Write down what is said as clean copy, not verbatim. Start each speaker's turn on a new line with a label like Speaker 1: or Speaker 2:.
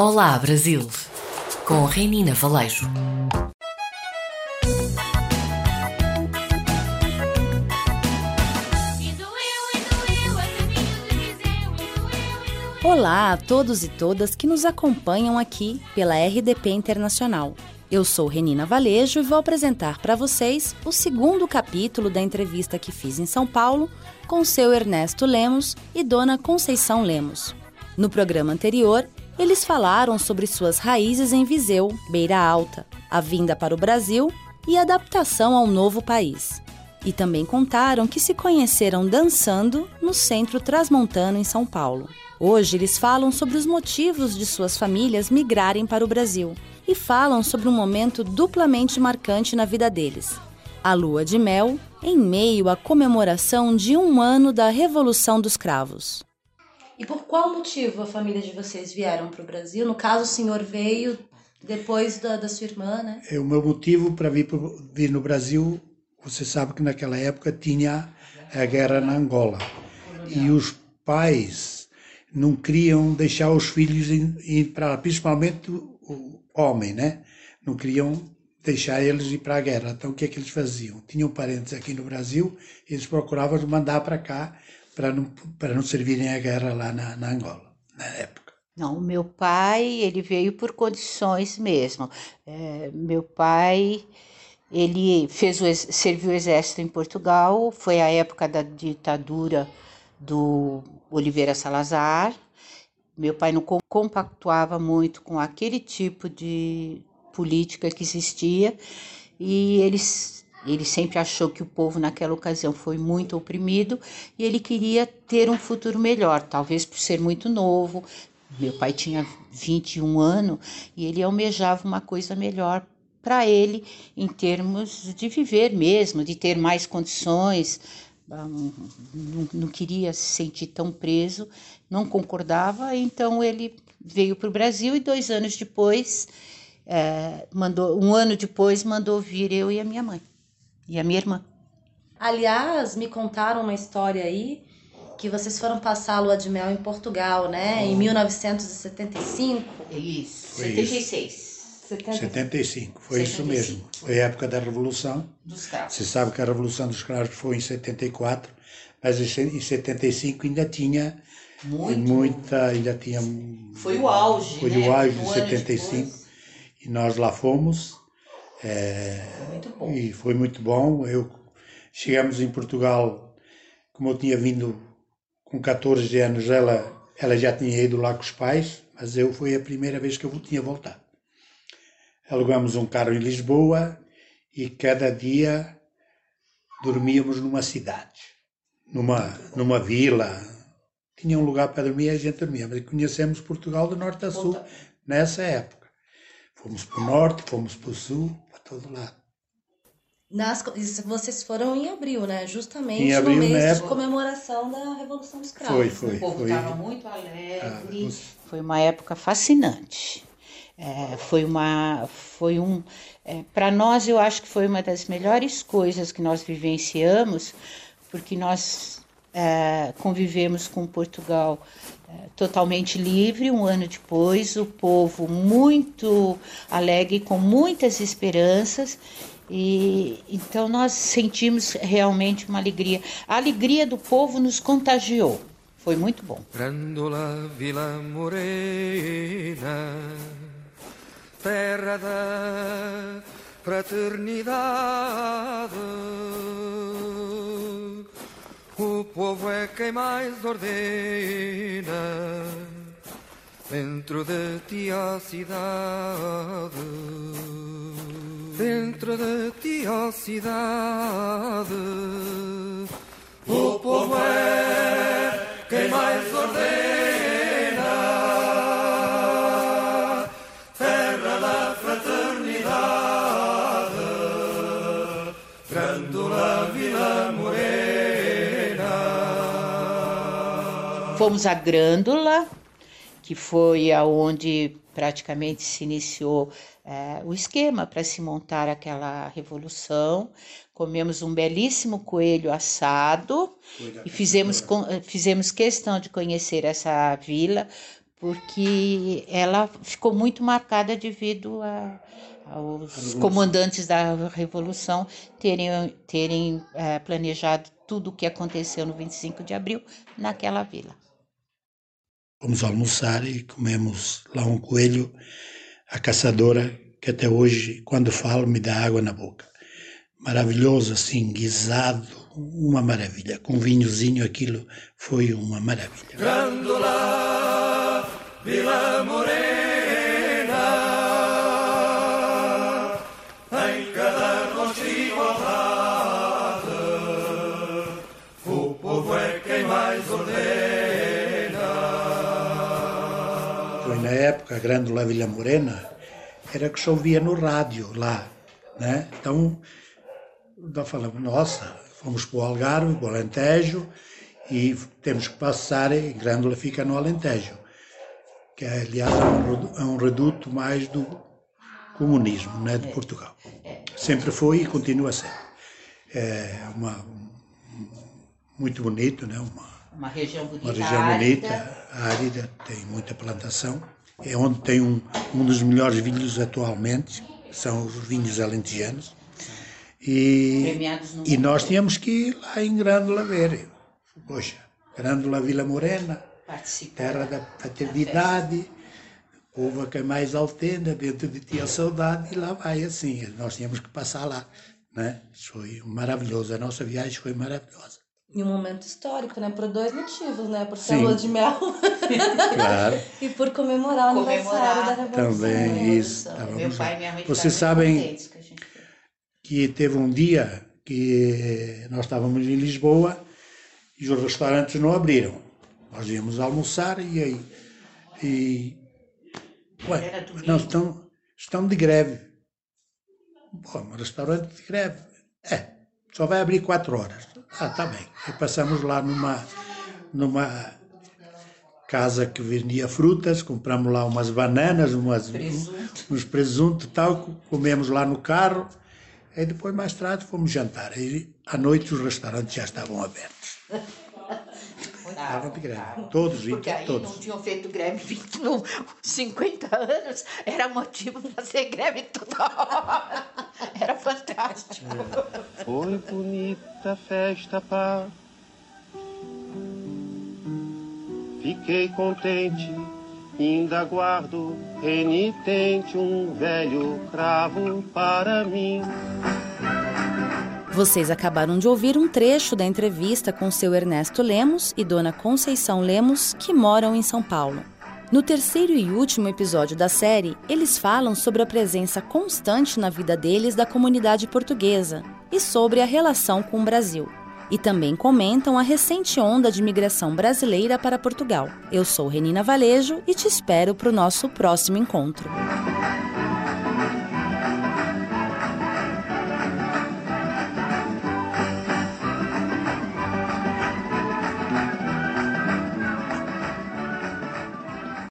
Speaker 1: Olá, Brasil, com Renina Valejo.
Speaker 2: Olá a todos e todas que nos acompanham aqui pela RDP Internacional. Eu sou Renina Valejo e vou apresentar para vocês o segundo capítulo da entrevista que fiz em São Paulo com seu Ernesto Lemos e Dona Conceição Lemos. No programa anterior, eles falaram sobre suas raízes em Viseu, Beira Alta, a vinda para o Brasil e a adaptação ao novo país. E também contaram que se conheceram dançando no Centro Transmontano em São Paulo. Hoje eles falam sobre os motivos de suas famílias migrarem para o Brasil e falam sobre um momento duplamente marcante na vida deles: a lua de mel, em meio à comemoração de 1 ano da Revolução dos Cravos. E por qual motivo a família de vocês vieram para o Brasil? No caso, o senhor veio depois da sua irmã, né?
Speaker 3: O meu motivo para vir no Brasil, você sabe que naquela época tinha a guerra na Angola. E os pais não queriam deixar os filhos ir para lá, principalmente o homem, né? Não queriam deixar eles ir para a guerra. Então o que é que eles faziam? Tinham parentes aqui no Brasil e eles procuravam mandar para cá para não servirem a guerra lá na Angola, na época.
Speaker 4: Não, o meu pai, ele veio por condições mesmo. Meu pai, ele serviu o exército em Portugal, foi a época da ditadura do Oliveira Salazar. Meu pai não compactuava muito com aquele tipo de política que existia e ele sempre achou que o povo naquela ocasião foi muito oprimido e ele queria ter um futuro melhor, talvez por ser muito novo. Meu pai tinha 21 anos e ele almejava uma coisa melhor para ele em termos de viver mesmo, de ter mais condições. Não queria se sentir tão preso, não concordava, então ele veio para o Brasil e 2 anos depois, 1 ano depois, mandou vir eu e a minha mãe. E a minha irmã.
Speaker 2: Aliás, me contaram uma história aí que vocês foram passar a lua de mel em Portugal, né? Em 1975.
Speaker 4: Isso,
Speaker 3: Foi
Speaker 4: 76.
Speaker 3: Isso. 75, foi 75. Isso mesmo. Foi a época da Revolução
Speaker 4: dos Cravos.
Speaker 3: Você sabe que a Revolução dos Cravos foi em 74, mas em 75 ainda tinha ainda tinha.
Speaker 4: Foi o auge,
Speaker 3: Foi o auge de 75 e nós lá fomos.
Speaker 4: Foi muito bom.
Speaker 3: E foi muito bom. Chegamos em Portugal, como eu tinha vindo com 14 anos, ela já tinha ido lá com os pais, mas foi a primeira vez que eu tinha voltado. Alugamos um carro em Lisboa e cada dia dormíamos numa cidade, numa vila. Tinha um lugar para dormir e a gente dormia, mas conhecemos Portugal do norte a sul nessa época. Fomos para o norte, fomos para o sul, para todo lado.
Speaker 2: Vocês foram em abril, né? Justamente
Speaker 3: em abril,
Speaker 2: no mês de comemoração da Revolução dos Cravos.
Speaker 3: Foi.
Speaker 4: O povo estava muito alegre. Foi uma época fascinante. Para nós, eu acho que foi uma das melhores coisas que nós vivenciamos, porque nós convivemos com Portugal totalmente livre. 1 ano depois, o povo muito alegre, com muitas esperanças, e então nós sentimos realmente uma alegria. A alegria do povo nos contagiou. Foi muito bom.
Speaker 5: Grândola Vila Morena, terra da fraternidade, o povo é quem mais ordena, dentro de ti a cidade, dentro de ti a cidade, o povo é quem mais ordena.
Speaker 4: Fomos à Grândola, que foi aonde praticamente se iniciou o esquema para se montar aquela revolução. Comemos um belíssimo coelho assado e fizemos questão de conhecer essa vila, porque ela ficou muito marcada devido aos comandantes da Revolução terem planejado tudo o que aconteceu no 25 de abril naquela vila.
Speaker 3: Fomos almoçar e comemos lá um coelho, a caçadora, que até hoje, quando falo, me dá água na boca. Maravilhoso, assim, guisado, uma maravilha. Com vinhozinho, aquilo foi uma maravilha.
Speaker 5: Grândola, Vila Morena, em cada rosto igualdade, o povo é quem mais ordena.
Speaker 3: Foi na época, a Grândola Vila Morena, era que só ouvia no rádio lá, né? Então, nós falamos, nossa, fomos para o Algarve, para o Alentejo, e temos que passar, e Grândola fica no Alentejo, que aliás é um reduto mais do comunismo, né, de Portugal. Sempre foi e continua a ser. É muito bonito, né?
Speaker 4: Uma região bonita,
Speaker 3: uma região bonita, árida, tem muita plantação. É onde tem um dos melhores vinhos atualmente, são os vinhos alentejanos. E nós tínhamos que ir lá em Grândola ver. Poxa, Grândola Vila Morena, terra da paternidade, povo que é mais altena, dentro de ti a saudade, e lá vai assim. Nós tínhamos que passar lá, né? Foi maravilhoso, a nossa viagem foi maravilhosa.
Speaker 2: E um momento histórico, né? Por 2 motivos, né? Por ser
Speaker 3: Sim.
Speaker 2: lua de mel.
Speaker 3: Claro.
Speaker 2: E por comemorar o aniversário da Revolução.
Speaker 3: Também, isso.
Speaker 4: Meu pai e minha mãe
Speaker 3: Vocês sabem que teve um dia que nós estávamos em Lisboa e os restaurantes não abriram. Nós íamos almoçar ué, não, estão de greve. Pô, um restaurante de greve. Só vai abrir 4 horas. Tá bem. E passamos lá numa casa que vendia frutas, compramos lá umas bananas, uns presuntos e tal, comemos lá no carro, e depois mais tarde fomos jantar. E à noite os restaurantes já estavam abertos. Estavam de greve, todos.
Speaker 4: Porque aí
Speaker 3: todos.
Speaker 4: não tinham feito greve 50 anos, era motivo para fazer greve toda hora. Era fantástico.
Speaker 6: Foi bonita a festa, pá. Fiquei contente, ainda guardo renitente um velho cravo para mim.
Speaker 2: Vocês acabaram de ouvir um trecho da entrevista com seu Ernesto Lemos e dona Conceição Lemos, que moram em São Paulo. No 3º e último episódio da série, eles falam sobre a presença constante na vida deles da comunidade portuguesa e sobre a relação com o Brasil. E também comentam a recente onda de migração brasileira para Portugal. Eu sou Renina Valejo e te espero para o nosso próximo encontro.